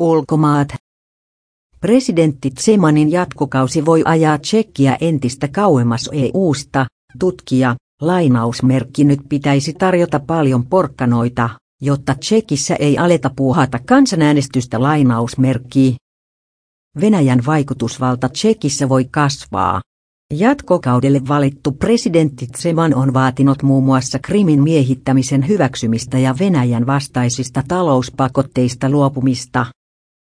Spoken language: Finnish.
Ulkomaat. Presidentti Zemanin jatkokausi voi ajaa Tšekkiä entistä kauemmas EUsta, tutkija, lainausmerkki nyt pitäisi tarjota paljon porkkanoita, jotta Tšekissä ei aleta puuhata kansanäänestystä lainausmerkkiä. Venäjän vaikutusvalta Tšekissä voi kasvaa. Jatkokaudelle valittu presidentti Zeman on vaatinut muun muassa Krimin miehittämisen hyväksymistä ja Venäjän vastaisista talouspakotteista luopumista.